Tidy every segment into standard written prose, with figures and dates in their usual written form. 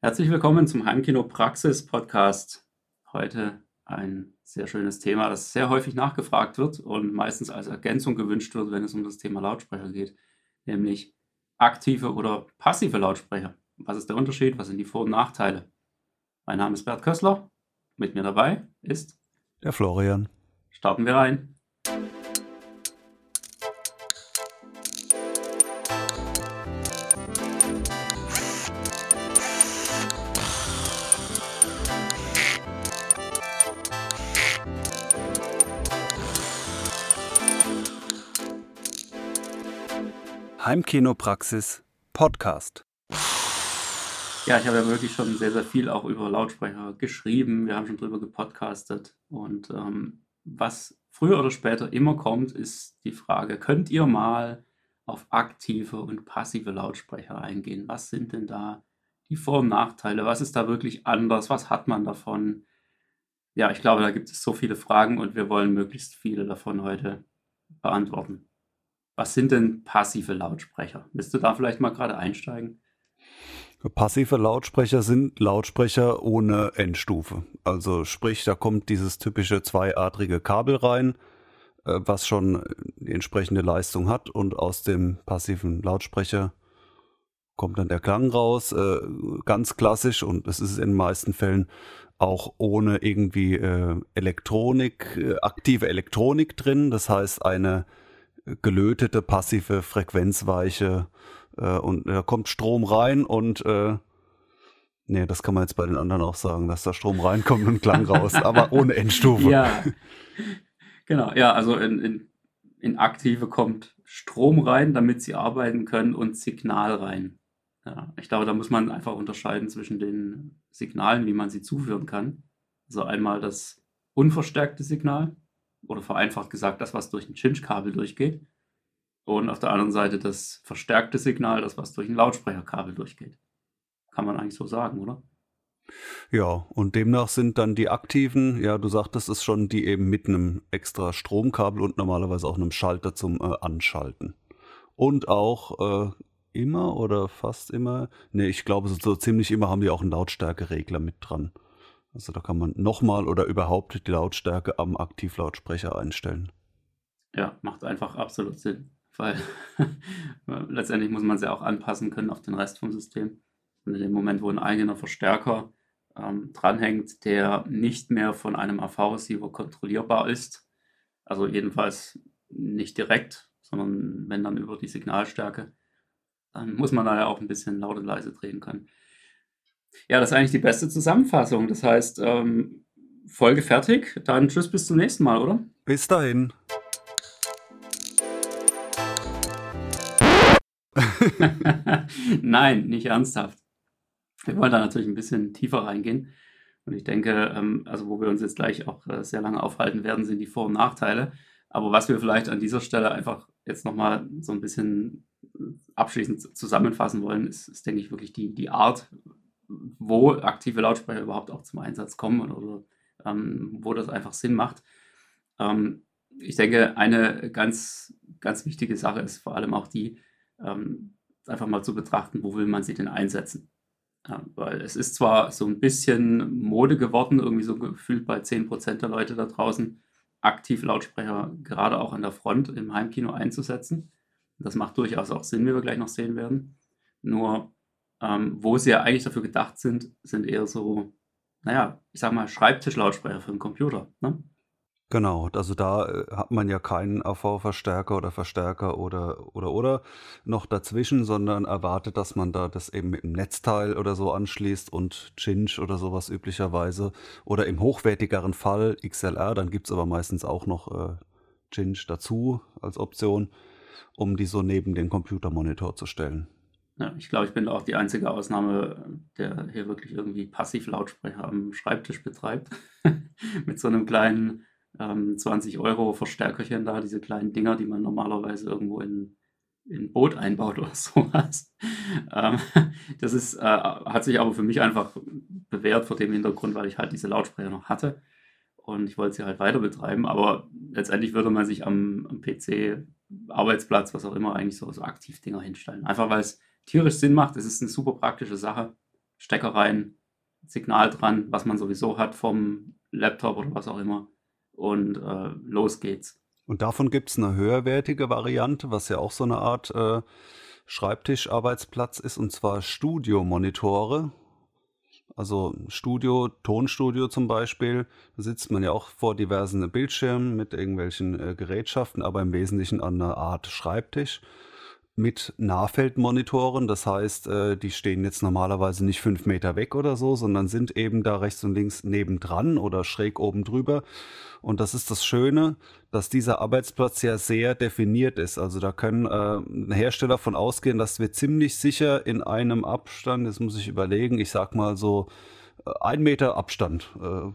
Herzlich willkommen zum Heimkino Praxis Podcast. Heute ein sehr schönes Thema, das sehr häufig nachgefragt wird und meistens als Ergänzung gewünscht wird, wenn es um das Thema Lautsprecher geht, nämlich aktive oder passive Lautsprecher. Was ist der Unterschied? Was sind die Vor- und Nachteile? Mein Name ist Bert Kössler. Mit mir dabei ist, Der Florian. starten wir rein. Heimkinopraxis Podcast. Ja, ich habe ja wirklich schon sehr, sehr viel auch über Lautsprecher geschrieben. Wir haben schon drüber gepodcastet. Und was früher oder später immer kommt, ist die Frage, könnt ihr mal auf aktive und passive Lautsprecher eingehen? Was sind denn da die Vor- und Nachteile? Was ist da wirklich anders? Was hat man davon? Ja, ich glaube, da gibt es so viele Fragen und wir wollen möglichst viele davon heute beantworten. Was sind denn passive Lautsprecher? Willst du da vielleicht mal gerade einsteigen? Passive Lautsprecher sind Lautsprecher ohne Endstufe. Also sprich, da kommt dieses typische zweiadrige Kabel rein, was schon die entsprechende Leistung hat, und aus dem passiven Lautsprecher kommt dann der Klang raus, ganz klassisch, und es ist in den meisten Fällen auch ohne irgendwie aktive Elektronik drin. Das heißt, eine gelötete, passive, frequenzweiche, und da kommt Strom rein und nee, das kann man jetzt bei den anderen auch sagen, dass da Strom reinkommt und Klang raus, aber ohne Endstufe. Ja, genau. Ja, also in aktive kommt Strom rein, damit sie arbeiten können, und Signal rein. Ja, ich glaube, da muss man einfach unterscheiden zwischen den Signalen, wie man sie zuführen kann. Also einmal das unverstärkte Signal oder vereinfacht gesagt das, was durch ein Cinch-Kabel durchgeht. Und auf der anderen Seite das verstärkte Signal, das, was durch ein Lautsprecherkabel durchgeht. Kann man eigentlich so sagen, oder? Ja, und demnach sind dann die aktiven, ja, du sagtest es schon, die eben mit einem extra Stromkabel und normalerweise auch einem Schalter zum Anschalten. Und auch immer oder fast immer, nee, ich glaube so ziemlich immer haben die auch einen Lautstärkeregler mit dran. Also da kann man nochmal oder überhaupt die Lautstärke am Aktivlautsprecher einstellen. Ja, macht einfach absolut Sinn, weil letztendlich muss man sie auch anpassen können auf den Rest vom System. Und in dem Moment, wo ein eigener Verstärker dranhängt, der nicht mehr von einem AV-Receiver kontrollierbar ist, also jedenfalls nicht direkt, sondern wenn dann über die Signalstärke, dann muss man da ja auch ein bisschen laut und leise drehen können. Ja, das ist eigentlich die beste Zusammenfassung. Das heißt, Folge fertig. Dann tschüss, bis zum nächsten Mal, oder? Bis dahin. Nein, nicht ernsthaft. Wir wollen da natürlich ein bisschen tiefer reingehen. Und ich denke, also wo wir uns jetzt gleich auch sehr lange aufhalten werden, sind die Vor- und Nachteile. Aber was wir vielleicht an dieser Stelle einfach jetzt nochmal so ein bisschen abschließend zusammenfassen wollen, ist denke ich, wirklich die Art, wo aktive Lautsprecher überhaupt auch zum Einsatz kommen oder wo das einfach Sinn macht. Ich denke, eine ganz, ganz wichtige Sache ist vor allem auch die, einfach mal zu betrachten, wo will man sie denn einsetzen. Ja, weil es ist zwar so ein bisschen Mode geworden, irgendwie so gefühlt bei 10% der Leute da draußen, aktiv Lautsprecher gerade auch an der Front im Heimkino einzusetzen. Das macht durchaus auch Sinn, wie wir gleich noch sehen werden. Nur, wo sie ja eigentlich dafür gedacht sind, sind eher so, naja, ich sag mal, Schreibtischlautsprecher für 'n Computer, ne? Genau, also da hat man ja keinen AV-Verstärker oder Verstärker oder noch dazwischen, sondern erwartet, dass man da das eben mit dem Netzteil oder so anschließt und Cinch oder sowas üblicherweise. Oder im hochwertigeren Fall XLR, dann gibt's aber meistens auch noch Cinch dazu als Option, um die so neben den Computermonitor zu stellen. Ja, ich glaube, ich bin auch die einzige Ausnahme, der hier wirklich irgendwie Passivlautsprecher am Schreibtisch betreibt. Mit so einem kleinen 20 € Verstärkerchen da, diese kleinen Dinger, die man normalerweise irgendwo in 'n Boot einbaut oder sowas. Ähm, das ist hat sich aber für mich einfach bewährt vor dem Hintergrund, weil ich halt diese Lautsprecher noch hatte und ich wollte sie halt weiter betreiben. Aber letztendlich würde man sich am PC, Arbeitsplatz, was auch immer, eigentlich so Aktivdinger hinstellen. Einfach weil es tierisch Sinn macht. Es ist eine super praktische Sache. Stecker rein, Signal dran, was man sowieso hat vom Laptop oder was auch immer. Und los geht's. Und davon gibt es eine höherwertige Variante, was ja auch so eine Art Schreibtischarbeitsplatz ist, und zwar Studiomonitore. Also Studio, Tonstudio zum Beispiel, da sitzt man ja auch vor diversen Bildschirmen mit irgendwelchen Gerätschaften, aber im Wesentlichen an einer Art Schreibtisch mit Nahfeldmonitoren. Das heißt, die stehen jetzt normalerweise nicht 5 Meter weg oder so, sondern sind eben da rechts und links nebendran oder schräg oben drüber. Und das ist das Schöne, dass dieser Arbeitsplatz ja sehr definiert ist. Also da können Hersteller von ausgehen, dass wir ziemlich sicher in einem Abstand, jetzt muss ich überlegen, ich sag mal so 1 Meter Abstand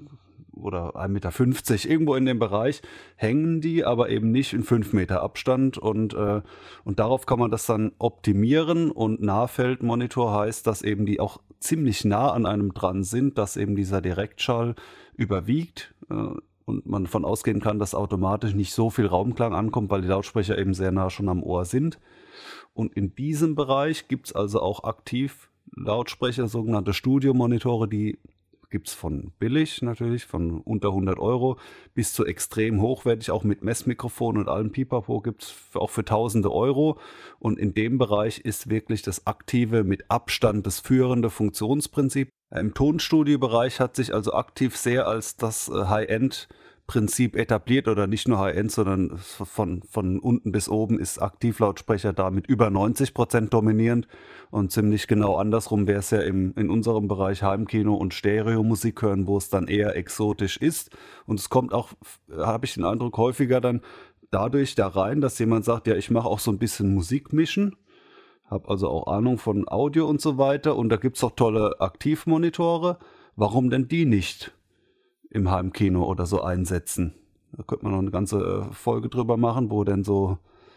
oder 1,50 Meter, irgendwo in dem Bereich, hängen die, aber eben nicht in 5 Meter Abstand. Und darauf kann man das dann optimieren. Und Nahfeldmonitor heißt, dass eben die auch ziemlich nah an einem dran sind, dass eben dieser Direktschall überwiegt. Und man davon ausgehen kann, dass automatisch nicht so viel Raumklang ankommt, weil die Lautsprecher eben sehr nah schon am Ohr sind. Und in diesem Bereich gibt es also auch aktiv Lautsprecher, sogenannte Studiomonitore, die gibt es von billig natürlich, von unter 100 Euro bis zu extrem hochwertig, auch mit Messmikrofon und allem Pipapo gibt es auch für tausende Euro. Und in dem Bereich ist wirklich das aktive, mit Abstand das führende Funktionsprinzip. Im Tonstudio-Bereich hat sich also aktiv sehr als das High-End-Prinzip etabliert, oder nicht nur High-End, sondern von unten bis oben ist Aktivlautsprecher da mit über 90% dominierend, und ziemlich genau andersrum wäre es ja in unserem Bereich Heimkino und Stereomusik hören, wo es dann eher exotisch ist, und es kommt auch, habe ich den Eindruck, häufiger dann dadurch da rein, dass jemand sagt, ja, ich mache auch so ein bisschen Musik mischen. Habe also auch Ahnung von Audio und so weiter, und da gibt es auch tolle Aktivmonitore. Warum denn die nicht im Heimkino oder so einsetzen? Da könnte man noch eine ganze Folge drüber machen, wo denn so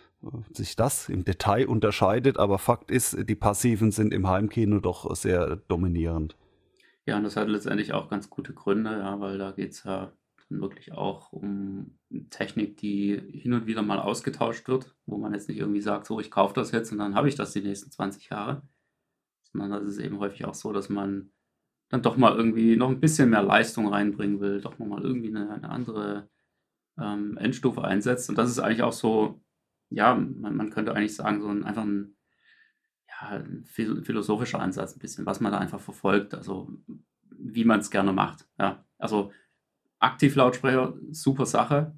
sich das im Detail unterscheidet. Aber Fakt ist, die Passiven sind im Heimkino doch sehr dominierend. Ja, und das hat letztendlich auch ganz gute Gründe, ja, weil da geht es ja dann wirklich auch um Technik, die hin und wieder mal ausgetauscht wird, wo man jetzt nicht irgendwie sagt, so, ich kaufe das jetzt und dann habe ich das die nächsten 20 Jahre, sondern das ist eben häufig auch so, dass man dann doch mal irgendwie noch ein bisschen mehr Leistung reinbringen will, doch noch mal irgendwie eine andere Endstufe einsetzt. Und das ist eigentlich auch so, ja, man könnte eigentlich sagen, so einfach ein, ja, ein philosophischer Ansatz ein bisschen, was man da einfach verfolgt, also wie man es gerne macht. Ja. Also Aktivlautsprecher, super Sache,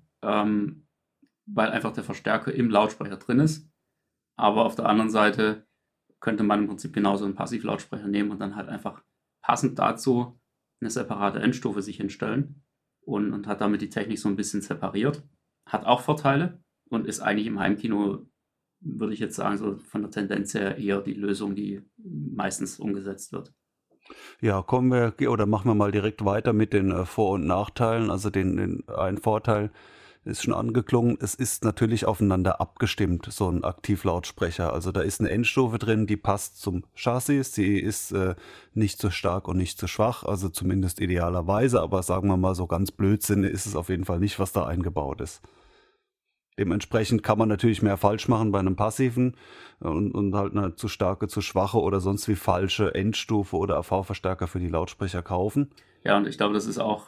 weil einfach der Verstärker im Lautsprecher drin ist. Aber auf der anderen Seite könnte man im Prinzip genauso einen Passivlautsprecher nehmen und dann halt einfach passend dazu eine separate Endstufe sich hinstellen und hat damit die Technik so ein bisschen separiert. Hat auch Vorteile und ist eigentlich im Heimkino, würde ich jetzt sagen, so von der Tendenz her eher die Lösung, die meistens umgesetzt wird. Ja, kommen wir oder machen wir mal direkt weiter mit den Vor- und Nachteilen. Also ein Vorteil ist schon angeklungen, es ist natürlich aufeinander abgestimmt, so ein Aktivlautsprecher. Also da ist eine Endstufe drin, die passt zum Chassis, sie ist nicht zu stark und nicht zu schwach, also zumindest idealerweise, aber sagen wir mal so ganz Blödsinn ist es auf jeden Fall nicht, was da eingebaut ist. Dementsprechend kann man natürlich mehr falsch machen bei einem passiven und halt eine zu starke, zu schwache oder sonst wie falsche Endstufe oder AV-Verstärker für die Lautsprecher kaufen. Ja, und ich glaube, das ist auch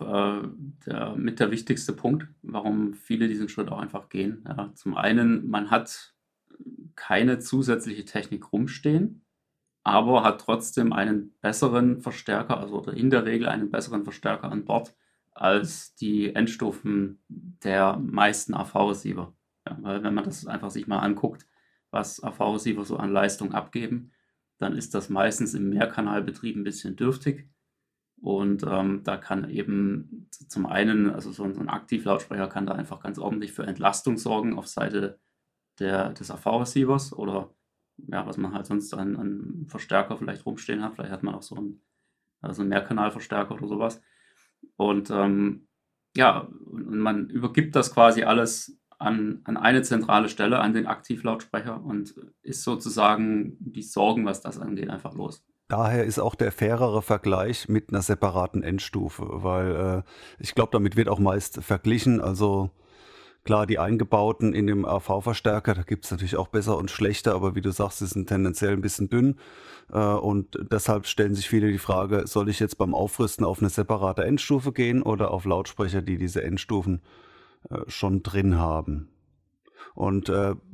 mit der wichtigste Punkt, warum viele diesen Schritt auch einfach gehen. Ja, zum einen, man hat keine zusätzliche Technik rumstehen, aber hat trotzdem einen besseren Verstärker, also oder in der Regel einen besseren Verstärker an Bord als die Endstufen der meisten AV-Receiver. Ja, weil wenn man das einfach sich mal anguckt, was AV-Receiver so an Leistung abgeben, dann ist das meistens im Mehrkanalbetrieb ein bisschen dürftig. Und da kann eben zum einen, also so ein Aktivlautsprecher kann da einfach ganz ordentlich für Entlastung sorgen auf Seite des AV-Receivers oder ja, was man halt sonst an Verstärker vielleicht rumstehen hat. Vielleicht hat man auch so einen Mehrkanalverstärker oder sowas. Und ja, und man übergibt das quasi alles an eine zentrale Stelle, an den Aktivlautsprecher und ist sozusagen die Sorgen, was das angeht, einfach los. Daher ist auch der fairere Vergleich mit einer separaten Endstufe, weil ich glaube, damit wird auch meist verglichen. Also Klar, die eingebauten in dem AV-Verstärker, da gibt es natürlich auch besser und schlechter, aber wie du sagst, die sind tendenziell ein bisschen dünn. Und deshalb stellen sich viele die Frage, soll ich jetzt beim Aufrüsten auf eine separate Endstufe gehen oder auf Lautsprecher, die diese Endstufen schon drin haben? Und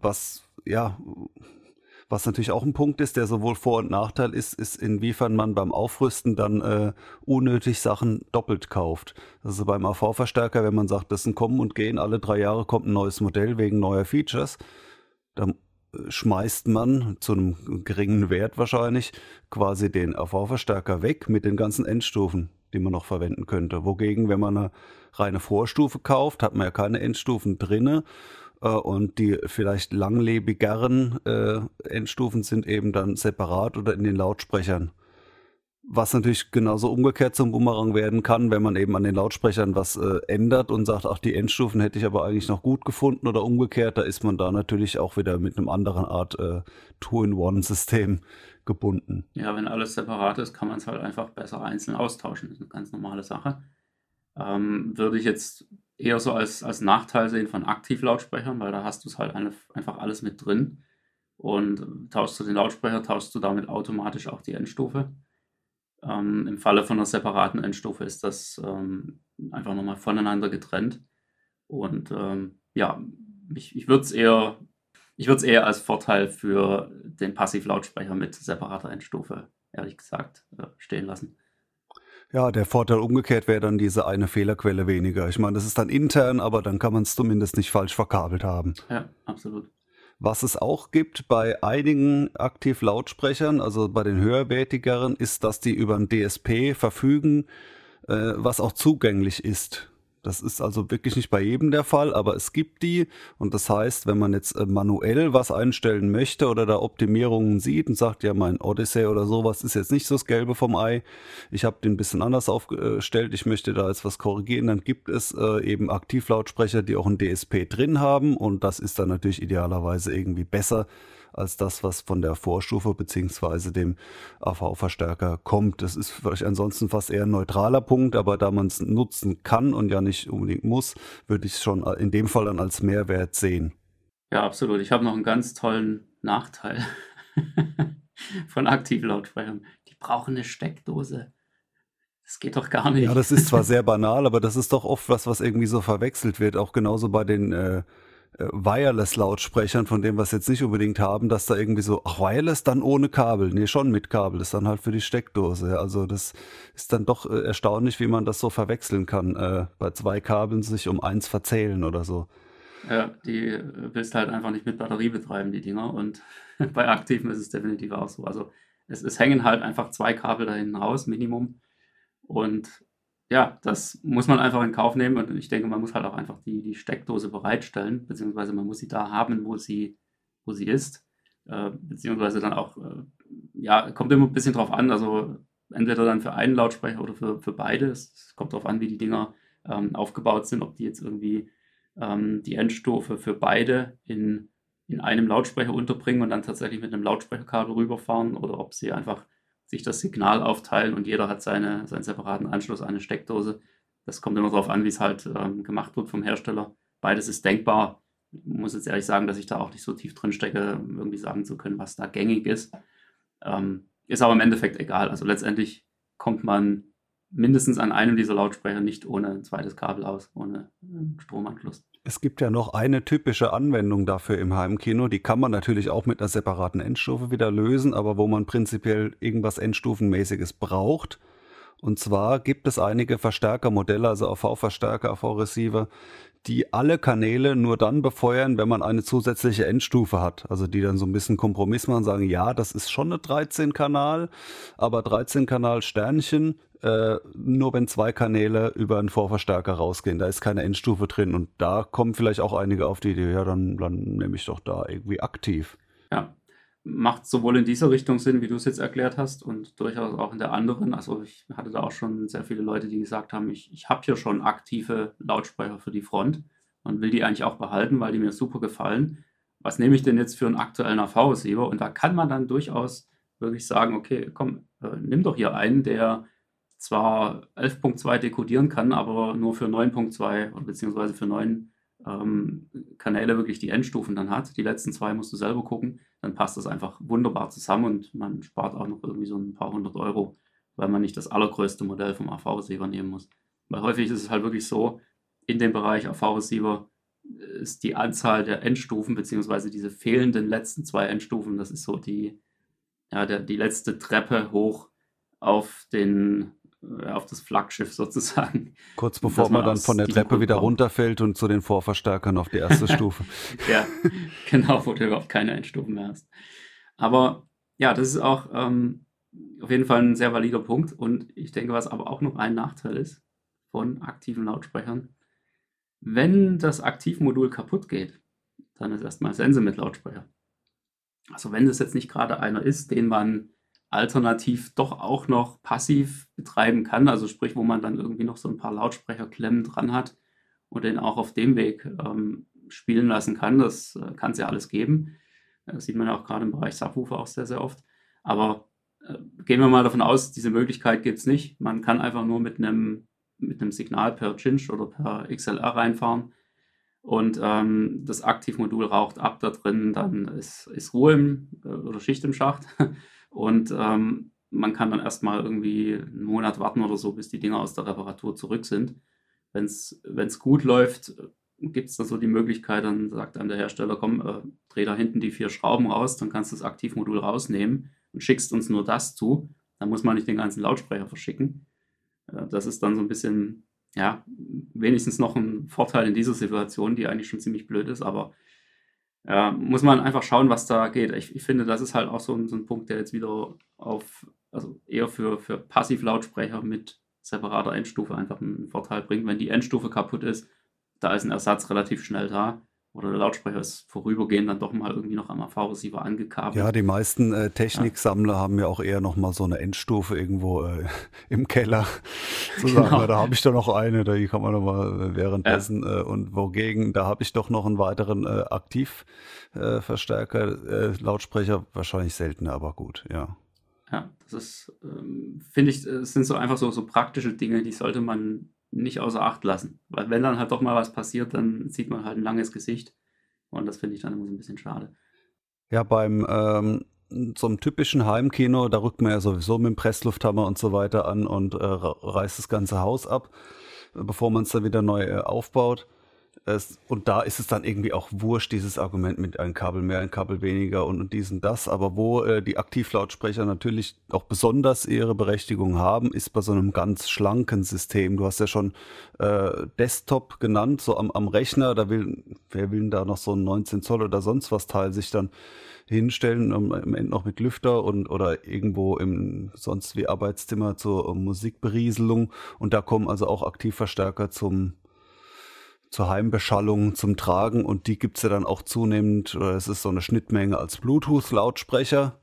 was natürlich auch ein Punkt ist, der sowohl Vor- und Nachteil ist, ist, inwiefern man beim Aufrüsten dann unnötig Sachen doppelt kauft. Also beim AV-Verstärker, wenn man sagt, das sind Kommen und Gehen, alle 3 Jahre kommt ein neues Modell wegen neuer Features, dann schmeißt man zu einem geringen Wert wahrscheinlich quasi den AV-Verstärker weg mit den ganzen Endstufen, die man noch verwenden könnte. Wogegen, wenn man eine reine Vorstufe kauft, hat man ja keine Endstufen drinne. Und die vielleicht langlebigeren Endstufen sind eben dann separat oder in den Lautsprechern. Was natürlich genauso umgekehrt zum Boomerang werden kann, wenn man eben an den Lautsprechern was ändert und sagt, ach, die Endstufen hätte ich aber eigentlich noch gut gefunden oder umgekehrt, da ist man da natürlich auch wieder mit einem anderen Art Two-in-One-System gebunden. Ja, wenn alles separat ist, kann man es halt einfach besser einzeln austauschen. Das ist eine ganz normale Sache. Würde ich jetzt eher so als Nachteil sehen von Aktivlautsprechern, weil da hast du es halt einfach alles mit drin. Und tauschst du den Lautsprecher, tauschst du damit automatisch auch die Endstufe. Im Falle von einer separaten Endstufe ist das einfach nochmal voneinander getrennt. Und ja, ich würde es eher als Vorteil für den Passivlautsprecher mit separater Endstufe, ehrlich gesagt, stehen lassen. Ja, der Vorteil umgekehrt wäre dann diese eine Fehlerquelle weniger. Ich meine, das ist dann intern, aber dann kann man es zumindest nicht falsch verkabelt haben. Ja, absolut. Was es auch gibt bei einigen Aktivlautsprechern, also bei den höherwertigeren, ist, dass die über ein DSP verfügen, was auch zugänglich ist. Das ist also wirklich nicht bei jedem der Fall, aber es gibt die. Und das heißt, wenn man jetzt manuell was einstellen möchte oder da Optimierungen sieht und sagt, ja, mein Odyssey oder sowas ist jetzt nicht so das Gelbe vom Ei, ich habe den ein bisschen anders aufgestellt, ich möchte da jetzt was korrigieren, dann gibt es eben Aktivlautsprecher, die auch ein DSP drin haben. Und das ist dann natürlich idealerweise irgendwie besser als das, was von der Vorstufe beziehungsweise dem AV-Verstärker kommt. Das ist vielleicht ansonsten fast eher ein neutraler Punkt, aber da man es nutzen kann und ja nicht unbedingt muss, würde ich es schon in dem Fall dann als Mehrwert sehen. Ja, absolut. Ich habe noch einen ganz tollen Nachteil von Aktivlautsprechern. Die brauchen eine Steckdose. Das geht doch gar Ja, nicht. das ist zwar sehr banal, aber das ist doch oft was irgendwie so verwechselt wird, auch genauso bei den Wireless-Lautsprechern, von dem wir es jetzt nicht unbedingt haben, dass da irgendwie so, ach, Wireless dann ohne Kabel. Nee, schon mit Kabel, das ist dann halt für die Steckdose. Ja. Also das ist dann doch erstaunlich, wie man das so verwechseln kann. Bei 2 Kabeln sich um 1 verzählen oder so. Ja, die willst halt einfach nicht mit Batterie betreiben, die Dinger. Und bei Aktiven ist es definitiv auch so. Also es hängen halt einfach 2 Kabel da hinten raus, Minimum. Und ja, das muss man einfach in Kauf nehmen. Und ich denke, man muss halt auch einfach die Steckdose bereitstellen, beziehungsweise man muss sie da haben, wo sie ist. Beziehungsweise dann auch, ja, kommt immer ein bisschen drauf an. Also entweder dann für einen Lautsprecher oder für beide. Es kommt drauf an, wie die Dinger aufgebaut sind, ob die jetzt irgendwie die Endstufe für beide in einem Lautsprecher unterbringen und dann tatsächlich mit einem Lautsprecherkabel rüberfahren oder ob sie einfach sich das Signal aufteilen und jeder hat seinen separaten Anschluss an eine Steckdose. Das kommt immer darauf an, wie es halt gemacht wird vom Hersteller. Beides ist denkbar. Ich muss jetzt ehrlich sagen, dass ich da auch nicht so tief drin stecke, irgendwie sagen zu können, was da gängig ist. Ist aber im Endeffekt egal. Also letztendlich kommt man mindestens an einem dieser Lautsprecher nicht ohne ein zweites Kabel aus, ohne Stromanschluss. Es gibt ja noch eine typische Anwendung dafür im Heimkino, die kann man natürlich auch mit einer separaten Endstufe wieder lösen, aber wo man prinzipiell irgendwas Endstufenmäßiges braucht. Und zwar gibt es einige Verstärkermodelle, also AV-Verstärker, AV-Receiver, die alle Kanäle nur dann befeuern, wenn man eine zusätzliche Endstufe hat. Also die dann so ein bisschen Kompromiss machen, sagen, ja, das ist schon eine 13-Kanal, aber 13-Kanal Sternchen, nur wenn 2 Kanäle über einen Vorverstärker rausgehen. Da ist keine Endstufe drin. Und da kommen vielleicht auch einige auf die Idee, ja, dann nehme ich doch da irgendwie aktiv. Ja, macht sowohl in dieser Richtung Sinn, wie du es jetzt erklärt hast, und durchaus auch in der anderen. Also ich hatte da auch schon sehr viele Leute, die gesagt haben, ich habe hier schon aktive Lautsprecher für die Front und will die eigentlich auch behalten, weil die mir super gefallen. Was nehme ich denn jetzt für einen aktuellen AV-Receiver? Und da kann man dann durchaus wirklich sagen, okay, komm, nimm doch hier einen, der zwar 11.2 dekodieren kann, aber nur für 9.2 beziehungsweise für 9 Kanäle wirklich die Endstufen dann hat. Die letzten 2 musst du selber gucken. Dann passt das einfach wunderbar zusammen und man spart auch noch irgendwie so ein paar 100 €, weil man nicht das allergrößte Modell vom AV-Receiver nehmen muss. Weil häufig ist es halt wirklich so, in dem Bereich AV-Receiver ist die Anzahl der Endstufen, beziehungsweise diese fehlenden letzten 2 Endstufen, das ist so die letzte Treppe hoch auf auf das Flaggschiff sozusagen. Kurz bevor man dann von der Treppe wieder runterfällt und zu den Vorverstärkern auf die erste Stufe. Ja, genau, wo du überhaupt keine Endstufen mehr hast. Aber ja, das ist auch auf jeden Fall ein sehr valider Punkt. Und ich denke, was aber auch noch ein Nachteil ist von aktiven Lautsprechern, wenn das Aktivmodul kaputt geht, dann ist erstmal Sense mit Lautsprecher. Also wenn das jetzt nicht gerade einer ist, den man alternativ doch auch noch passiv betreiben kann, also sprich, wo man dann irgendwie noch so ein paar Lautsprecherklemmen dran hat und den auch auf dem Weg spielen lassen kann, das kann es ja alles geben. Das sieht man ja auch gerade im Bereich Subwoofer auch sehr, sehr oft. Aber gehen wir mal davon aus, diese Möglichkeit gibt es nicht. Man kann einfach nur mit einem Signal per Cinch oder per XLR reinfahren und das Aktivmodul raucht ab da drin, dann ist Ruhe oder Schicht im Schacht und man kann dann erstmal irgendwie einen Monat warten oder so, bis die Dinger aus der Reparatur zurück sind. Wenn es gut läuft, gibt es da so die Möglichkeit, dann sagt einem der Hersteller, komm, dreh da hinten die 4 Schrauben raus, dann kannst du das Aktivmodul rausnehmen und schickst uns nur das zu. Dann muss man nicht den ganzen Lautsprecher verschicken. Das ist dann so ein bisschen, ja, wenigstens noch ein Vorteil in dieser Situation, die eigentlich schon ziemlich blöd ist, aber muss man einfach schauen, was da geht. Ich finde, das ist halt auch so ein Punkt, der jetzt wieder also eher für Passivlautsprecher mit separater Endstufe einfach einen Vorteil bringt. Wenn die Endstufe kaputt ist, da ist ein Ersatz relativ schnell da. Oder der Lautsprecher ist vorübergehend dann doch mal irgendwie noch am AV-Receiver angekabelt. Ja, die meisten Techniksammler haben ja auch eher noch mal so eine Endstufe irgendwo im Keller. Genau. Da habe ich doch noch eine, die kann man noch mal währenddessen. Und wogegen, da habe ich doch noch einen weiteren Aktivverstärker, Lautsprecher, wahrscheinlich seltener, aber gut, ja. Ja, das ist, finde ich, es sind so einfach so praktische Dinge, die sollte man nicht außer Acht lassen. Weil wenn dann halt doch mal was passiert, dann sieht man halt ein langes Gesicht. Und das finde ich dann immer so ein bisschen schade. Ja, beim so einem typischen Heimkino, da rückt man ja sowieso mit dem Presslufthammer und so weiter an und reißt das ganze Haus ab, bevor man es dann wieder neu aufbaut. Und da ist es dann irgendwie auch wurscht, dieses Argument mit ein Kabel mehr, ein Kabel weniger und dies und das. Aber wo die Aktivlautsprecher natürlich auch besonders ihre Berechtigung haben, ist bei so einem ganz schlanken System. Du hast ja schon Desktop genannt, so am Rechner. Wer will denn da noch so ein 19 Zoll oder sonst was Teil sich dann hinstellen, am Ende noch mit Lüfter oder irgendwo im sonst wie Arbeitszimmer zur Musikberieselung. Und da kommen also auch Aktivverstärker zur Heimbeschallung zum Tragen und die gibt es ja dann auch zunehmend, oder es ist so eine Schnittmenge als Bluetooth-Lautsprecher.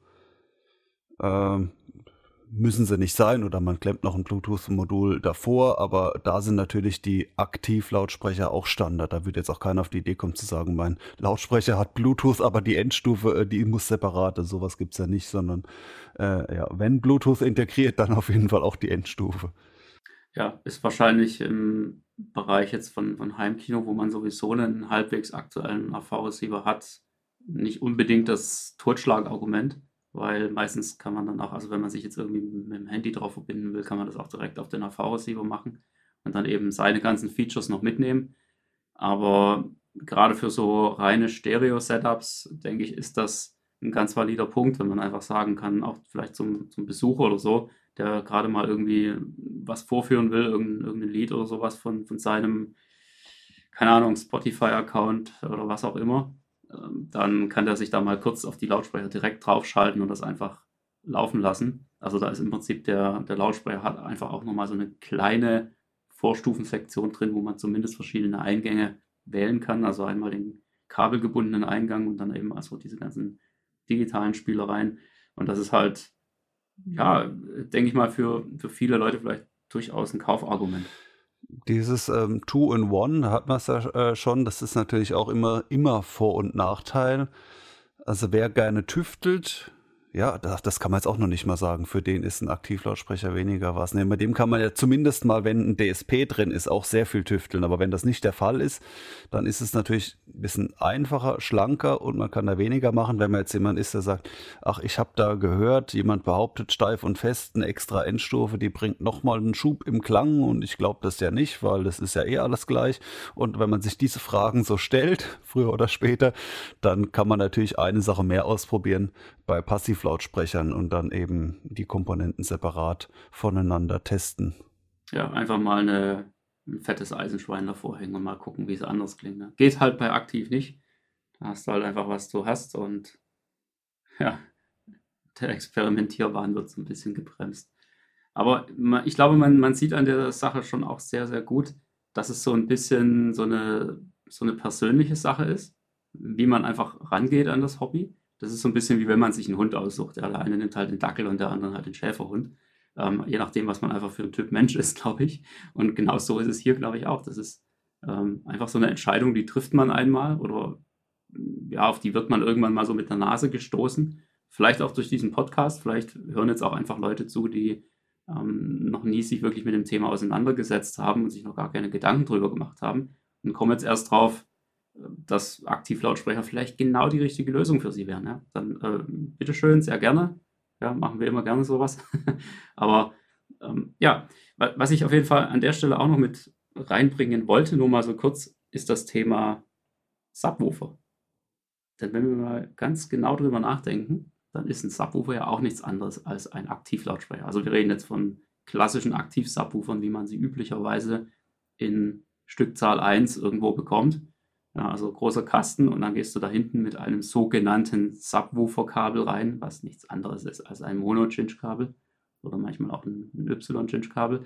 Müssen sie nicht sein oder man klemmt noch ein Bluetooth-Modul davor, aber da sind natürlich die Aktiv-Lautsprecher auch Standard. Da wird jetzt auch keiner auf die Idee kommen zu sagen, mein Lautsprecher hat Bluetooth, aber die Endstufe, die muss separat. Sowas gibt es ja nicht, sondern wenn Bluetooth integriert, dann auf jeden Fall auch die Endstufe. Ja, ist wahrscheinlich im Bereich jetzt von Heimkino, wo man sowieso einen halbwegs aktuellen AV-Receiver hat, nicht unbedingt das Totschlagargument, weil meistens kann man dann auch, also wenn man sich jetzt irgendwie mit dem Handy drauf verbinden will, kann man das auch direkt auf den AV-Receiver machen und dann eben seine ganzen Features noch mitnehmen. Aber gerade für so reine Stereo-Setups, denke ich, ist das ein ganz valider Punkt, wenn man einfach sagen kann, auch vielleicht zum Besucher oder so, der gerade mal irgendwie was vorführen will, irgendein Lied oder sowas von seinem, keine Ahnung, Spotify-Account oder was auch immer, dann kann der sich da mal kurz auf die Lautsprecher direkt draufschalten und das einfach laufen lassen. Also da ist im Prinzip der Lautsprecher hat einfach auch nochmal so eine kleine Vorstufensektion drin, wo man zumindest verschiedene Eingänge wählen kann. Also einmal den kabelgebundenen Eingang und dann eben also diese ganzen digitalen Spielereien. Und das ist halt, ja, denke ich mal, für viele Leute vielleicht durchaus ein Kaufargument. Dieses Two-in-One hat man es ja schon, das ist natürlich auch immer Vor- und Nachteil. Also wer gerne tüftelt, Ja, das kann man jetzt auch noch nicht mal sagen. Für den ist ein Aktivlautsprecher weniger was. Ne, bei dem kann man ja zumindest mal, wenn ein DSP drin ist, auch sehr viel tüfteln. Aber wenn das nicht der Fall ist, dann ist es natürlich ein bisschen einfacher, schlanker und man kann da weniger machen. Wenn man jetzt jemand ist, der sagt, ach, ich habe da gehört, jemand behauptet steif und fest, eine extra Endstufe, die bringt nochmal einen Schub im Klang und ich glaube das ja nicht, weil das ist ja eh alles gleich. Und wenn man sich diese Fragen so stellt, früher oder später, dann kann man natürlich eine Sache mehr ausprobieren bei Passivlautsprechern und dann eben die Komponenten separat voneinander testen. Ja, einfach mal ein fettes Eisenschwein davor hängen und mal gucken, wie es anders klingt. Ne? Geht halt bei aktiv nicht. Da hast du halt einfach, was du hast und ja, der Experimentierbahn wird so ein bisschen gebremst. Aber ich glaube, man sieht an der Sache schon auch sehr, sehr gut, dass es so ein bisschen so eine persönliche Sache ist, wie man einfach rangeht an das Hobby. Das ist so ein bisschen wie wenn man sich einen Hund aussucht. Ja, der eine nimmt halt den Dackel und der andere halt den Schäferhund. Je nachdem, was man einfach für ein Typ Mensch ist, glaube ich. Und genau so ist es hier, glaube ich, auch. Das ist einfach so eine Entscheidung, die trifft man einmal oder ja, auf die wird man irgendwann mal so mit der Nase gestoßen. Vielleicht auch durch diesen Podcast. Vielleicht hören jetzt auch einfach Leute zu, die noch nie sich wirklich mit dem Thema auseinandergesetzt haben und sich noch gar keine Gedanken drüber gemacht haben und kommen jetzt erst drauf, dass Aktivlautsprecher vielleicht genau die richtige Lösung für sie wären. Ja? Dann bitteschön, sehr gerne. Ja, machen wir immer gerne sowas. Aber ja, was ich auf jeden Fall an der Stelle auch noch mit reinbringen wollte, nur mal so kurz, ist das Thema Subwoofer. Denn wenn wir mal ganz genau drüber nachdenken, dann ist ein Subwoofer ja auch nichts anderes als ein Aktivlautsprecher. Also wir reden jetzt von klassischen Aktiv-Subwoofern, wie man sie üblicherweise in Stückzahl 1 irgendwo bekommt. Ja, also großer Kasten und dann gehst du da hinten mit einem sogenannten Subwoofer-Kabel rein, was nichts anderes ist als ein Mono-Cinch-Kabel oder manchmal auch ein Y-Cinch-Kabel.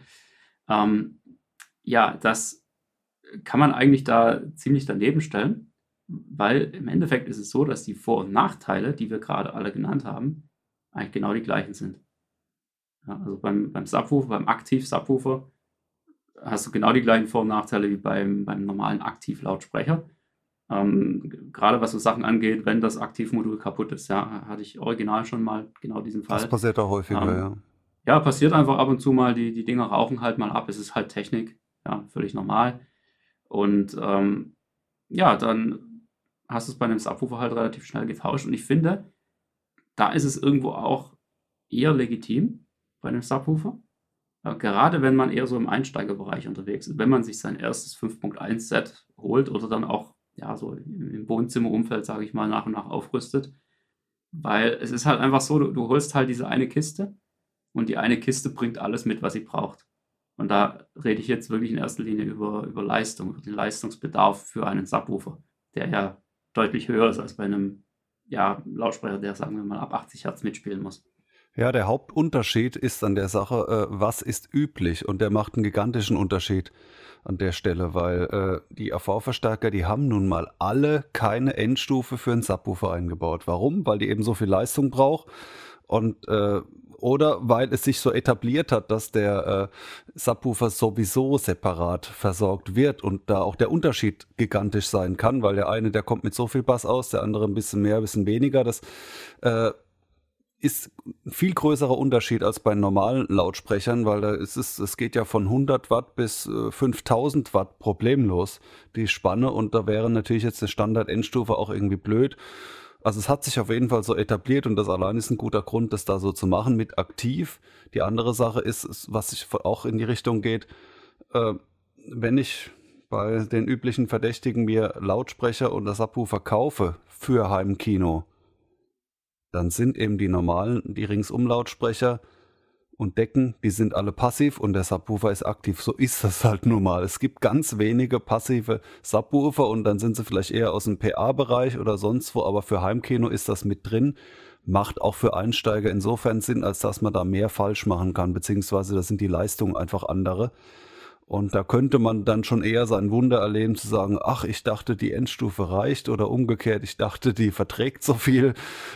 Ja, das kann man eigentlich da ziemlich daneben stellen, weil im Endeffekt ist es so, dass die Vor- und Nachteile, die wir gerade alle genannt haben, eigentlich genau die gleichen sind. Ja, also beim Subwoofer, beim Aktiv-Subwoofer hast du genau die gleichen Vor- und Nachteile wie beim normalen Aktivlautsprecher. Gerade was so Sachen angeht, wenn das Aktivmodul kaputt ist, ja, hatte ich original schon mal genau diesen Fall. Das passiert auch häufiger, ja. Ja, passiert einfach ab und zu mal, die Dinger rauchen halt mal ab, es ist halt Technik, ja, völlig normal. Und ja, dann hast du es bei einem Subwoofer halt relativ schnell getauscht. Und ich finde, da ist es irgendwo auch eher legitim bei einem Subwoofer. Gerade wenn man eher so im Einsteigerbereich unterwegs ist, wenn man sich sein erstes 5.1 Set holt oder dann auch ja, so im Wohnzimmerumfeld, sage ich mal, nach und nach aufrüstet. Weil es ist halt einfach so, du holst halt diese eine Kiste und die eine Kiste bringt alles mit, was sie braucht. Und da rede ich jetzt wirklich in erster Linie über Leistung, über den Leistungsbedarf für einen Subwoofer, der ja deutlich höher ist als bei einem ja, Lautsprecher, der, sagen wir mal, ab 80 Hertz mitspielen muss. Ja, der Hauptunterschied ist an der Sache, was ist üblich und der macht einen gigantischen Unterschied an der Stelle, weil die AV-Verstärker, die haben nun mal alle keine Endstufe für einen Subwoofer eingebaut. Warum? Weil die eben so viel Leistung braucht und oder weil es sich so etabliert hat, dass der Subwoofer sowieso separat versorgt wird und da auch der Unterschied gigantisch sein kann, weil der eine, der kommt mit so viel Bass aus, der andere ein bisschen mehr, ein bisschen weniger. Das ist ein viel größerer Unterschied als bei normalen Lautsprechern, weil es geht ja von 100 Watt bis 5000 Watt problemlos, die Spanne, und da wäre natürlich jetzt eine Standard-Endstufe auch irgendwie blöd. Also es hat sich auf jeden Fall so etabliert und das allein ist ein guter Grund, das da so zu machen mit aktiv. Die andere Sache ist, was sich auch in die Richtung geht, wenn ich bei den üblichen Verdächtigen mir Lautsprecher und das Subwoofer kaufe für Heimkino, dann sind eben die normalen, die Ringsum-Lautsprecher und Decken, die sind alle passiv und der Subwoofer ist aktiv. So ist das halt nun mal. Es gibt ganz wenige passive Subwoofer und dann sind sie vielleicht eher aus dem PA-Bereich oder sonst wo, aber für Heimkino ist das mit drin. Macht auch für Einsteiger insofern Sinn, als dass man da mehr falsch machen kann, beziehungsweise da sind die Leistungen einfach andere. Und da könnte man dann schon eher sein Wunder erleben, zu sagen, ach, ich dachte, die Endstufe reicht, oder umgekehrt, ich dachte, die verträgt so viel.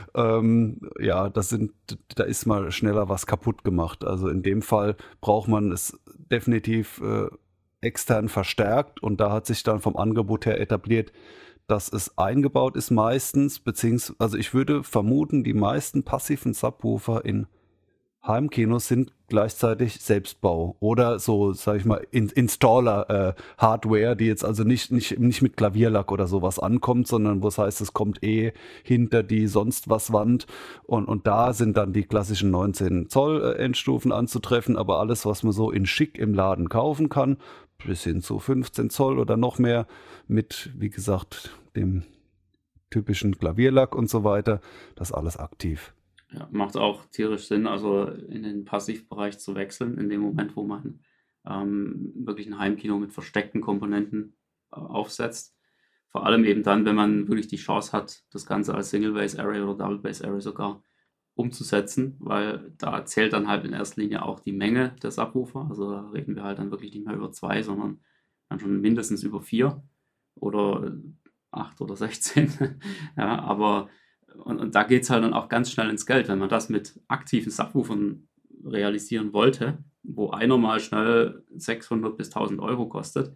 Ja, da ist mal schneller was kaputt gemacht. Also in dem Fall braucht man es definitiv extern verstärkt, und da hat sich dann vom Angebot her etabliert, dass es eingebaut ist meistens, beziehungsweise, also ich würde vermuten, die meisten passiven Subwoofer in Heimkinos sind gleichzeitig Selbstbau oder so, sag ich mal, Installer-Hardware, die jetzt also nicht mit Klavierlack oder sowas ankommt, sondern wo es heißt, es kommt hinter die sonst was Wand und da sind dann die klassischen 19 Zoll Endstufen anzutreffen, aber alles, was man so in schick im Laden kaufen kann, bis hin zu 15 Zoll oder noch mehr mit, wie gesagt, dem typischen Klavierlack und so weiter, das ist alles aktiv. Ja, macht auch tierisch Sinn, also in den Passivbereich zu wechseln, in dem Moment, wo man wirklich ein Heimkino mit versteckten Komponenten aufsetzt. Vor allem eben dann, wenn man wirklich die Chance hat, das Ganze als Single Bass Array oder Double Bass Array sogar umzusetzen, weil da zählt dann halt in erster Linie auch die Menge der Subwoofer. Also da reden wir halt dann wirklich nicht mehr über 2, sondern dann schon mindestens über 4 oder 8 oder 16. Ja, aber und da geht es halt dann auch ganz schnell ins Geld, wenn man das mit aktiven Subwoofern realisieren wollte, wo einer mal schnell 600 bis 1000 Euro kostet,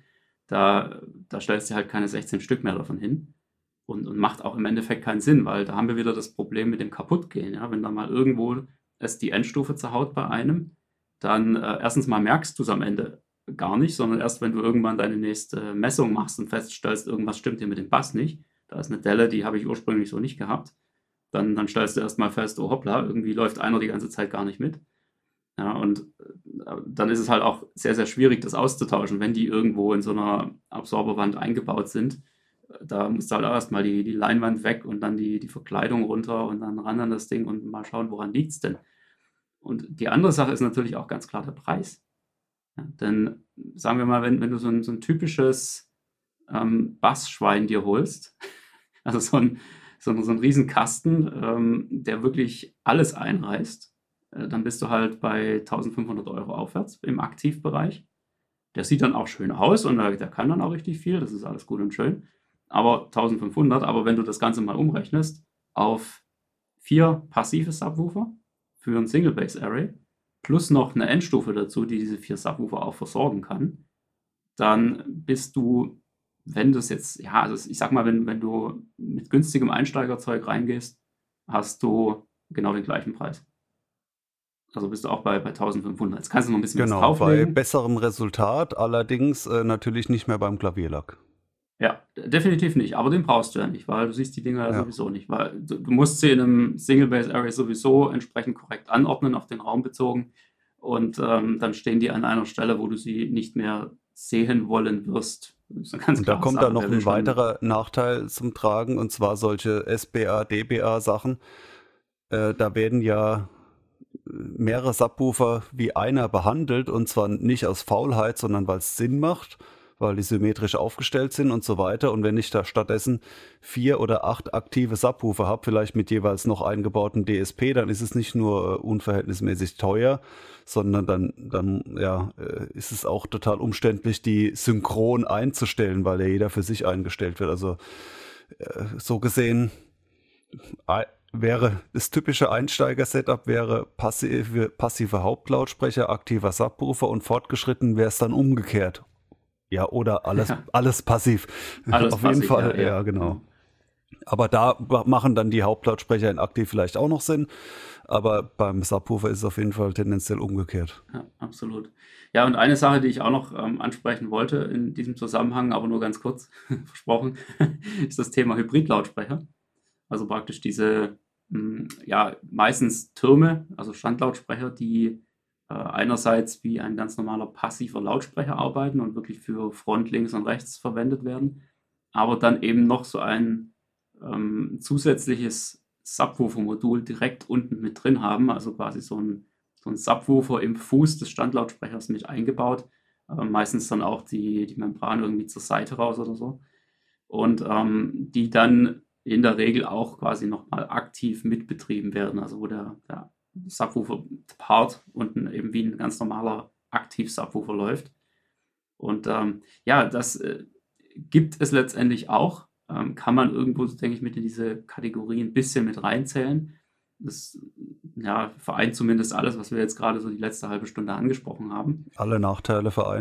da stellst du halt keine 16 Stück mehr davon hin und macht auch im Endeffekt keinen Sinn, weil da haben wir wieder das Problem mit dem Kaputtgehen. Ja? Wenn da mal irgendwo es die Endstufe zerhaut bei einem, dann erstens mal merkst du es am Ende gar nicht, sondern erst wenn du irgendwann deine nächste Messung machst und feststellst, irgendwas stimmt hier mit dem Bass nicht, da ist eine Delle, die habe ich ursprünglich so nicht gehabt, dann stellst du erstmal fest, oh hoppla, irgendwie läuft einer die ganze Zeit gar nicht mit. Ja, und dann ist es halt auch sehr, sehr schwierig, das auszutauschen, wenn die irgendwo in so einer Absorberwand eingebaut sind. Da musst du halt auch erstmal die Leinwand weg und dann die Verkleidung runter und dann ran an das Ding und mal schauen, woran liegt es denn. Und die andere Sache ist natürlich auch ganz klar der Preis. Ja, denn sagen wir mal, wenn du so ein typisches Bassschwein dir holst, also so ein Riesenkasten, der wirklich alles einreißt, dann bist du halt bei 1500 Euro aufwärts im Aktivbereich. Der sieht dann auch schön aus und der kann dann auch richtig viel, das ist alles gut und schön. Aber 1500, aber wenn du das Ganze mal umrechnest auf 4 passive Subwoofer für ein Single Bass Array plus noch eine Endstufe dazu, die diese 4 Subwoofer auch versorgen kann, dann bist du, wenn du es jetzt, ja, also ich sag mal, wenn du mit günstigem Einsteigerzeug reingehst, hast du genau den gleichen Preis. Also bist du auch bei 1500. Jetzt kannst du noch ein bisschen was Genau, bei drauflegen. besserem Resultat, allerdings natürlich nicht mehr beim Klavierlack. Ja, definitiv nicht. Aber den brauchst du ja nicht, weil du siehst die Dinger ja Ja. sowieso nicht. Weil du musst sie in einem Single Bass Array sowieso entsprechend korrekt anordnen, auf den Raum bezogen. Und dann stehen die an einer Stelle, wo du sie nicht mehr sehen wollen wirst. Das ist eine ganz Und da klare kommt Sache. dann noch Wer will ein schon- weiterer Nachteil zum Tragen, und zwar solche SBA, DBA Sachen. Da werden ja mehrere Subwoofer wie einer behandelt, und zwar nicht aus Faulheit, sondern weil es Sinn macht, weil die symmetrisch aufgestellt sind und so weiter. Und wenn ich da stattdessen 4 oder 8 aktive Subwoofer habe, vielleicht mit jeweils noch eingebauten DSP, dann ist es nicht nur unverhältnismäßig teuer, sondern dann ist es auch total umständlich, die synchron einzustellen, weil ja jeder für sich eingestellt wird. Also so gesehen wäre das typische Einsteiger-Setup wäre passive Hauptlautsprecher, aktiver Subwoofer, und fortgeschritten wäre es dann umgekehrt. Ja, oder alles passiv. Alles Auf jeden passiv, Fall, ja. ja, genau. Aber da machen dann die Hauptlautsprecher in aktiv vielleicht auch noch Sinn, aber beim Subwoofer ist es auf jeden Fall tendenziell umgekehrt. Ja, absolut. Ja, und eine Sache, die ich auch noch ansprechen wollte in diesem Zusammenhang, aber nur ganz kurz versprochen, ist das Thema Hybridlautsprecher. Also praktisch diese, ja, meistens Türme, also Standlautsprecher, die einerseits wie ein ganz normaler passiver Lautsprecher arbeiten und wirklich für Front, links und rechts verwendet werden, aber dann eben noch so ein zusätzliches Subwoofer-Modul direkt unten mit drin haben, also quasi so ein Subwoofer im Fuß des Standlautsprechers mit eingebaut, meistens dann auch die Membran irgendwie zur Seite raus oder so, und die dann in der Regel auch quasi nochmal aktiv mitbetrieben werden, also wo der Subwoofer-Part unten eben wie ein ganz normaler Aktiv-Subwoofer läuft. Und ja, das gibt es letztendlich auch. Kann man irgendwo, denke ich, mit in diese Kategorie ein bisschen mit reinzählen. Das vereint zumindest alles, was wir jetzt gerade so die letzte halbe Stunde angesprochen haben. Alle Nachteile vereint.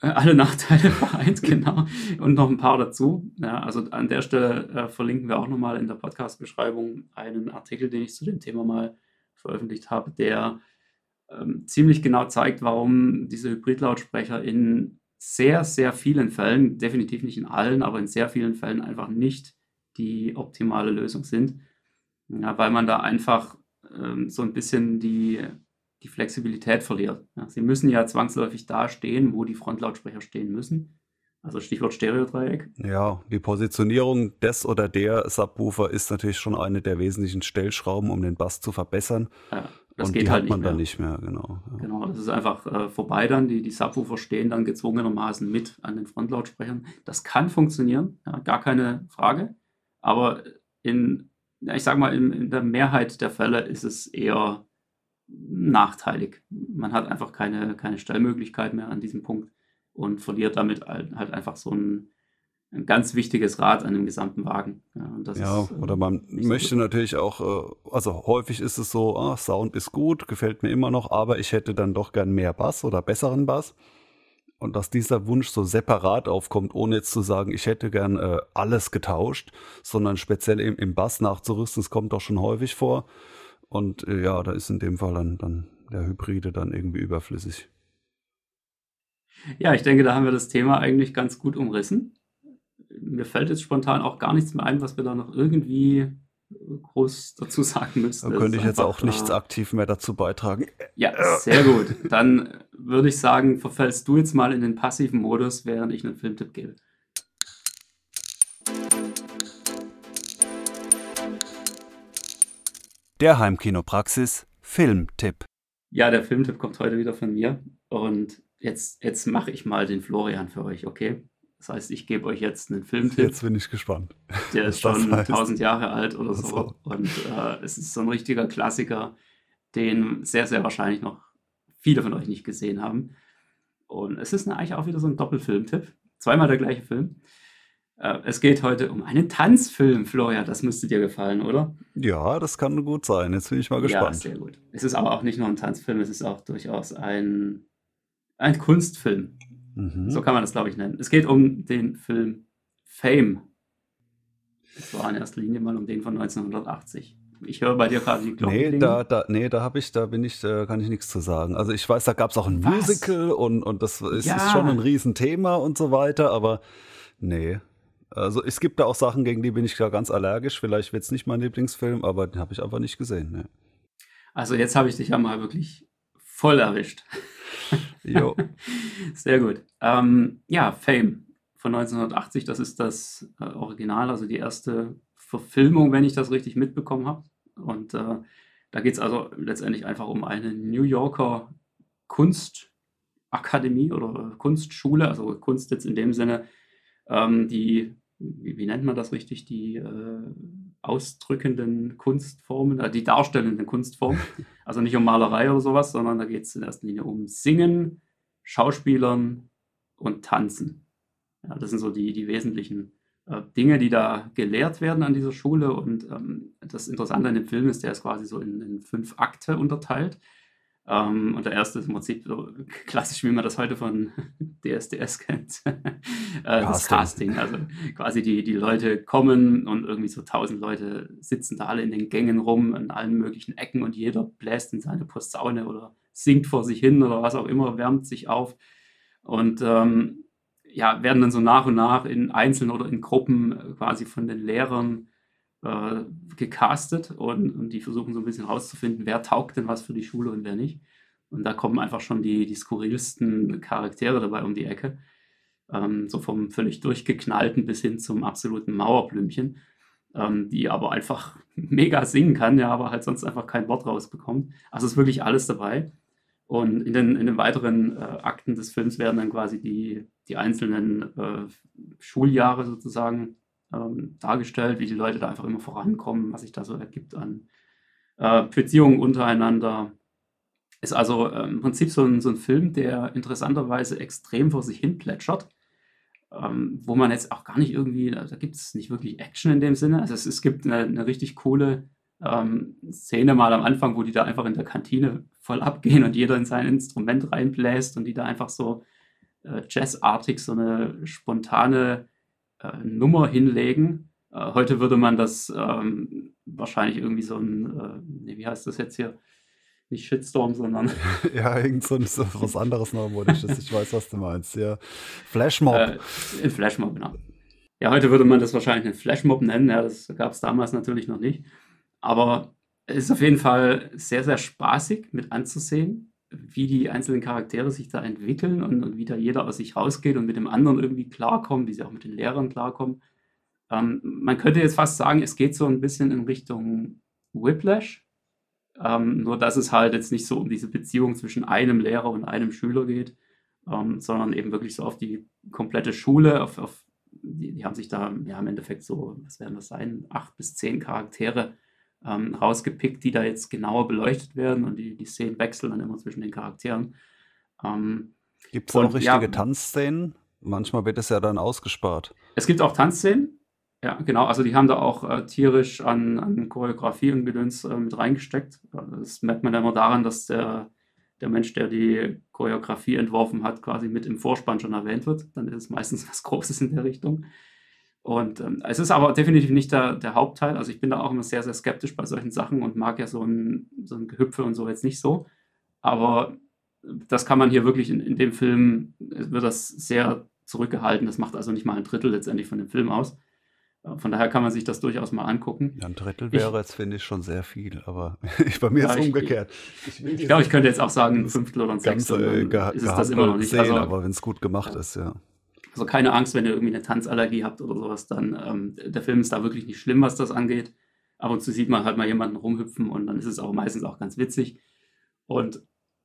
Alle Nachteile vereint, genau. Und noch ein paar dazu. Ja, also an der Stelle verlinken wir auch nochmal in der Podcast-Beschreibung einen Artikel, den ich zu dem Thema mal veröffentlicht habe, der ziemlich genau zeigt, warum diese Hybridlautsprecher in sehr, sehr vielen Fällen, definitiv nicht in allen, aber in sehr vielen Fällen einfach nicht die optimale Lösung sind. Ja, weil man da einfach so ein bisschen die Flexibilität verliert. Ja, sie müssen ja zwangsläufig da stehen, wo die Frontlautsprecher stehen müssen. Also Stichwort Stereodreieck. Ja, die Positionierung des oder der Subwoofer ist natürlich schon eine der wesentlichen Stellschrauben, um den Bass zu verbessern. Das Und geht die halt hat man nicht dann mehr. nicht mehr, genau. Ja. Genau, das ist einfach vorbei dann. Die Subwoofer stehen dann gezwungenermaßen mit an den Frontlautsprechern. Das kann funktionieren, ja, gar keine Frage. Aber ich sag mal, in der Mehrheit der Fälle ist es eher nachteilig. Man hat einfach keine Stellmöglichkeit mehr an diesem Punkt und verliert damit halt einfach so ein ganz wichtiges Rad an dem gesamten Wagen. Ja, und das Ja, ist oder man nicht so möchte gut. natürlich auch, also häufig ist es so, Sound ist gut, gefällt mir immer noch, aber ich hätte dann doch gern mehr Bass oder besseren Bass. Und dass dieser Wunsch so separat aufkommt, ohne jetzt zu sagen, ich hätte gern alles getauscht, sondern speziell im Bass nachzurüsten, das kommt doch schon häufig vor. Und ja, da ist in dem Fall dann der Hybride dann irgendwie überflüssig. Ja, ich denke, da haben wir das Thema eigentlich ganz gut umrissen. Mir fällt jetzt spontan auch gar nichts mehr ein, was wir da noch irgendwie groß dazu sagen müssten. Da Es könnte ist ich jetzt einfach, auch nichts aktiv mehr dazu beitragen. ja, sehr gut. Dann würde ich sagen, verfällst du jetzt mal in den passiven Modus, während ich einen Filmtipp gebe. Der Heimkinopraxis Filmtipp. Ja, der Filmtipp kommt heute wieder von mir. Und jetzt mache ich mal den Florian für euch, okay? Das heißt, ich gebe euch jetzt einen Filmtipp. Jetzt bin ich gespannt. Der ist was das schon heißt. 1000 Jahre alt oder Ach so. so. Und es ist so ein richtiger Klassiker, den sehr, sehr wahrscheinlich noch viele von euch nicht gesehen haben. Und es ist eigentlich auch wieder so ein Doppelfilmtipp. Zweimal der gleiche Film. Es geht heute um einen Tanzfilm, Florian. Das müsste dir gefallen, oder? Ja, das kann gut sein. Jetzt bin ich mal Ja, gespannt. sehr gut. Es ist aber auch nicht nur ein Tanzfilm, es ist auch durchaus ein Kunstfilm. So kann man das, glaube ich, nennen. Es geht um den Film Fame. Das war in erster Linie mal um den von 1980. Ich höre bei dir gerade die Glocken Nee, klingen. kann ich nichts zu sagen. Also ich weiß, da gab es auch ein Was? Musical und das ist Ja. schon ein Riesenthema und so weiter, aber nee. Also es gibt da auch Sachen, gegen die bin ich da ganz allergisch. Vielleicht wird es nicht mein Lieblingsfilm, aber den habe ich einfach nicht gesehen. Nee. Also jetzt habe ich dich ja mal wirklich voll erwischt. Jo. Sehr gut. Ja, Fame von 1980, das ist das Original, also die erste Verfilmung, wenn ich das richtig mitbekommen habe. Und da geht es also letztendlich einfach um eine New Yorker Kunstakademie oder Kunstschule, also Kunst jetzt in dem Sinne, wie nennt man das richtig, die ausdrückenden Kunstformen, die darstellenden Kunstformen. Also nicht um Malerei oder sowas, sondern da geht es in erster Linie um Singen, Schauspielern und Tanzen. Ja, das sind so die wesentlichen Dinge, die da gelehrt werden an dieser Schule. Und das Interessante an dem Film ist, der ist quasi so in 5 Akte unterteilt. Und der erste ist im Prinzip so klassisch, wie man das heute von DSDS kennt. Das Casting. Also quasi die Leute kommen und irgendwie so 1000 Leute sitzen da alle in den Gängen rum, in allen möglichen Ecken und jeder bläst in seine Posaune oder singt vor sich hin oder was auch immer, wärmt sich auf. Und ja, werden dann so nach und nach in Einzelnen oder in Gruppen quasi von den Lehrern gecastet und die versuchen so ein bisschen rauszufinden, wer taugt denn was für die Schule und wer nicht. Und da kommen einfach schon die skurrilsten Charaktere dabei um die Ecke. So vom völlig durchgeknallten bis hin zum absoluten Mauerblümchen, die aber einfach mega singen kann, ja, aber halt sonst einfach kein Wort rausbekommt. Also ist wirklich alles dabei. Und in den weiteren Akten des Films werden dann quasi die einzelnen Schuljahre sozusagen dargestellt, wie die Leute da einfach immer vorankommen, was sich da so ergibt an Beziehungen untereinander. Ist also im Prinzip so ein Film, der interessanterweise extrem vor sich hin plätschert, wo man jetzt auch gar nicht irgendwie, da gibt es nicht wirklich Action in dem Sinne. Also es gibt eine richtig coole Szene mal am Anfang, wo die da einfach in der Kantine voll abgehen und jeder in sein Instrument reinbläst und die da einfach so jazzartig so eine spontane Nummer hinlegen. Heute würde man das wahrscheinlich irgendwie so ein, wie heißt das jetzt hier? Nicht Shitstorm, sondern Ja, irgend so was anderes Neumodisches. Ich weiß, was du meinst. Ja. Flashmob. ein Flashmob, genau. Ja, heute würde man das wahrscheinlich einen Flashmob nennen. Ja, das gab es damals natürlich noch nicht. Aber es ist auf jeden Fall sehr, sehr spaßig mit anzusehen, wie die einzelnen Charaktere sich da entwickeln und wie da jeder aus sich rausgeht und mit dem anderen irgendwie klarkommt, wie sie auch mit den Lehrern klarkommen. Man könnte jetzt fast sagen, es geht so ein bisschen in Richtung Whiplash. Nur dass es halt jetzt nicht so um diese Beziehung zwischen einem Lehrer und einem Schüler geht, sondern eben wirklich so auf die komplette Schule, die haben sich da ja im Endeffekt so, was werden das sein, 8 bis 10 Charaktere rausgepickt, die da jetzt genauer beleuchtet werden und die Szenen wechseln dann immer zwischen den Charakteren. Gibt es auch und richtige ja, Tanzszenen? Manchmal wird es ja dann ausgespart. es gibt auch Tanzszenen. Ja, genau. Also die haben da auch tierisch an Choreografie und Gedöns mit reingesteckt. Das merkt man ja immer daran, dass der Mensch, der die Choreografie entworfen hat, quasi mit im Vorspann schon erwähnt wird. Dann ist es meistens was Großes in der Richtung. Und es ist aber definitiv nicht der Hauptteil. Also ich bin da auch immer sehr, sehr skeptisch bei solchen Sachen und mag ja so ein Gehüpfe und so jetzt nicht so. Aber das kann man hier wirklich in dem Film, wird das sehr zurückgehalten. Das macht also nicht mal ein Drittel letztendlich von dem Film aus. Von daher kann man sich das durchaus mal angucken. Ja, ein Drittel Ich, wäre jetzt, finde ich, schon sehr viel, aber bei mir ist ja, es ich umgekehrt. will ich glaube, ich dieses könnte jetzt auch sagen ein das Fünftel oder ein Ganze Sechstel, dann ist es das immer noch Gehampel nicht. sehen, aber wenn es gut gemacht Ja. ist, ja. Also keine Angst, wenn ihr irgendwie eine Tanzallergie habt oder sowas, dann der Film ist da wirklich nicht schlimm, was das angeht. Ab und zu sieht man halt mal jemanden rumhüpfen und dann ist es auch meistens auch ganz witzig. Und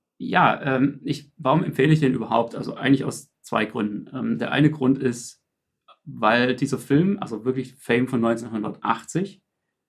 ja, warum empfehle ich den überhaupt? Also eigentlich aus 2 Gründen. Der eine Grund ist, weil dieser Film, also wirklich Fame von 1980,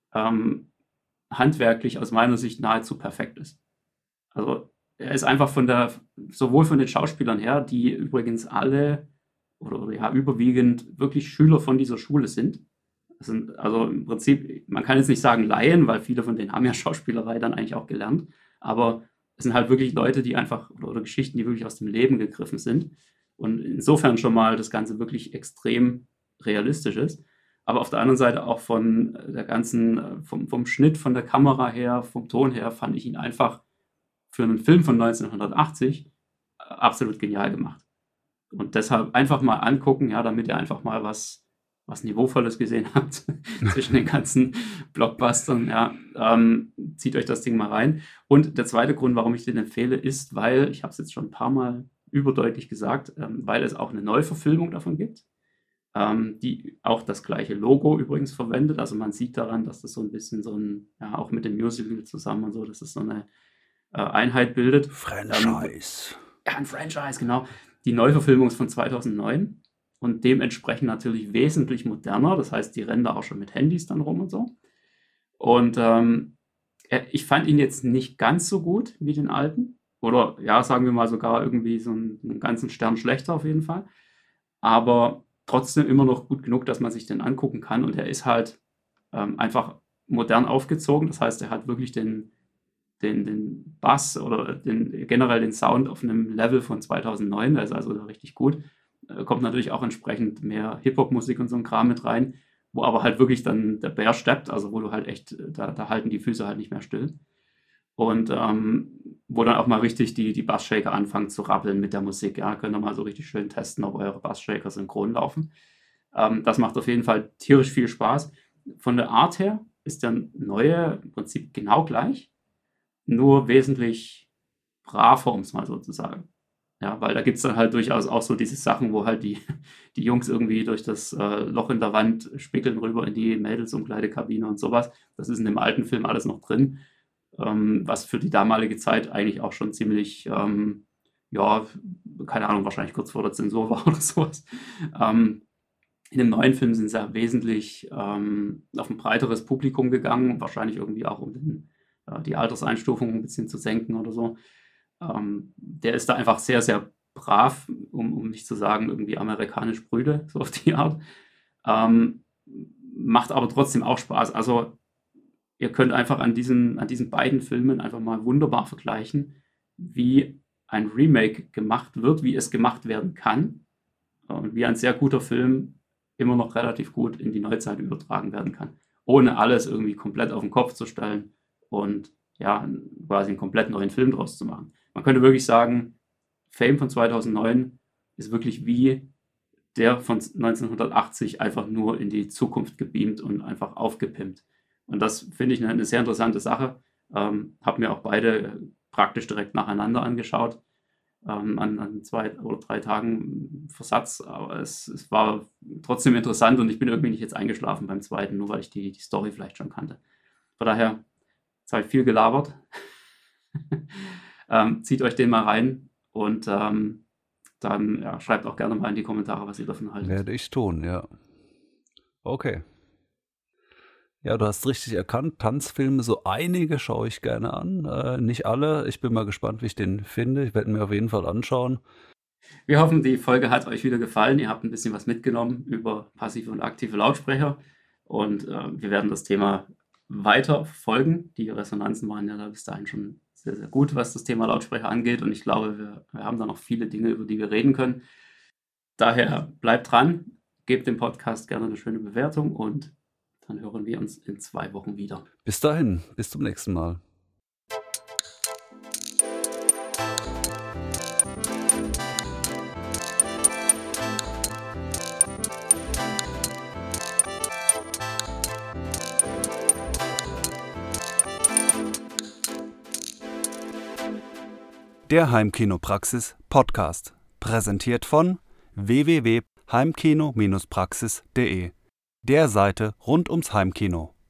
ähm, handwerklich aus meiner Sicht nahezu perfekt ist. Also er ist einfach sowohl von den Schauspielern her, die übrigens alle oder ja überwiegend wirklich Schüler von dieser Schule sind. Das sind also im Prinzip, man kann jetzt nicht sagen Laien, weil viele von denen haben ja Schauspielerei dann eigentlich auch gelernt, aber es sind halt wirklich Leute, die einfach, oder Geschichten, die wirklich aus dem Leben gegriffen sind. Und insofern schon mal das Ganze wirklich extrem realistisch ist. Aber auf der anderen Seite auch von der ganzen, vom Schnitt, von der Kamera her, vom Ton her, fand ich ihn einfach für einen Film von 1980 absolut genial gemacht. Und deshalb einfach mal angucken, ja, damit ihr einfach mal was Niveauvolles gesehen habt zwischen den ganzen Blockbustern. Ja, zieht euch das Ding mal rein. Und der zweite Grund, warum ich den empfehle, ist, weil, ich habe es jetzt schon ein paar Mal überdeutlich gesagt, weil es auch eine Neuverfilmung davon gibt, die auch das gleiche Logo übrigens verwendet. Also man sieht daran, dass das so ein bisschen ja, auch mit dem Musical zusammen und so, dass es so eine Einheit bildet. Franchise. Ja, ein Franchise, genau. Die Neuverfilmung ist von 2009 und dementsprechend natürlich wesentlich moderner. Das heißt, die rennen da auch schon mit Handys dann rum und so. Und ich fand ihn jetzt nicht ganz so gut wie den alten. Oder ja, sagen wir mal sogar irgendwie so einen ganzen Stern schlechter auf jeden Fall. Aber trotzdem immer noch gut genug, dass man sich den angucken kann. Und er ist halt einfach modern aufgezogen. Das heißt, er hat wirklich den Bass oder generell den Sound auf einem Level von 2009. Der ist also richtig gut. Kommt natürlich auch entsprechend mehr Hip-Hop-Musik und so ein Kram mit rein, wo aber halt wirklich dann der Bär steppt, also wo du halt echt, da halten die Füße halt nicht mehr still. Und wo dann auch mal richtig die Bassshaker anfangen zu rappeln mit der Musik. Ja, könnt ihr mal so richtig schön testen, ob eure Bassshaker synchron laufen. Das macht auf jeden Fall tierisch viel Spaß. Von der Art her ist der neue im Prinzip genau gleich, nur wesentlich braver, um es mal so zu sagen. Ja, weil da gibt es dann halt durchaus auch so diese Sachen, wo halt die Jungs irgendwie durch das Loch in der Wand spickeln rüber in die Mädelsumkleidekabine und sowas. Das ist in dem alten Film alles noch drin, was für die damalige Zeit eigentlich auch schon ziemlich, ja, keine Ahnung, wahrscheinlich kurz vor der Zensur war oder sowas. In dem neuen Film sind sie ja wesentlich auf ein breiteres Publikum gegangen, wahrscheinlich irgendwie auch um die Alterseinstufung ein bisschen zu senken oder so. Der ist da einfach sehr, sehr brav, um nicht zu sagen irgendwie amerikanisch prüde, so auf die Art. Macht aber trotzdem auch Spaß. Also ihr könnt einfach an diesen beiden Filmen einfach mal wunderbar vergleichen, wie ein Remake gemacht wird, wie es gemacht werden kann und wie ein sehr guter Film immer noch relativ gut in die Neuzeit übertragen werden kann, ohne alles irgendwie komplett auf den Kopf zu stellen und ja, quasi einen komplett neuen Film draus zu machen. Man könnte wirklich sagen, Fame von 2009 ist wirklich wie der von 1980 einfach nur in die Zukunft gebeamt und einfach aufgepimpt. Und das finde ich eine sehr interessante Sache. Habe mir auch beide praktisch direkt nacheinander angeschaut, an 2 oder 3 Tagen Versatz. Aber es war trotzdem interessant und ich bin irgendwie nicht jetzt eingeschlafen beim zweiten, nur weil ich die Story vielleicht schon kannte. Von daher, jetzt habe ich viel gelabert. Zieht euch den mal rein und dann schreibt auch gerne mal in die Kommentare, was ihr davon haltet. Werde ich tun, ja. Okay. Ja, du hast richtig erkannt, Tanzfilme, so einige schaue ich gerne an. Nicht alle. Ich bin mal gespannt, wie ich den finde. Ich werde mir auf jeden Fall anschauen. Wir hoffen, die Folge hat euch wieder gefallen. Ihr habt ein bisschen was mitgenommen über passive und aktive Lautsprecher. Und wir werden das Thema weiter verfolgen. Die Resonanzen waren ja da bis dahin schon sehr, sehr gut, was das Thema Lautsprecher angeht. Und ich glaube, wir haben da noch viele Dinge, über die wir reden können. Daher bleibt dran, gebt dem Podcast gerne eine schöne Bewertung und dann hören wir uns in 2 Wochen wieder. Bis dahin, bis zum nächsten Mal. Der Heimkinopraxis Podcast, präsentiert von www.heimkino-praxis.de, der Seite rund ums Heimkino.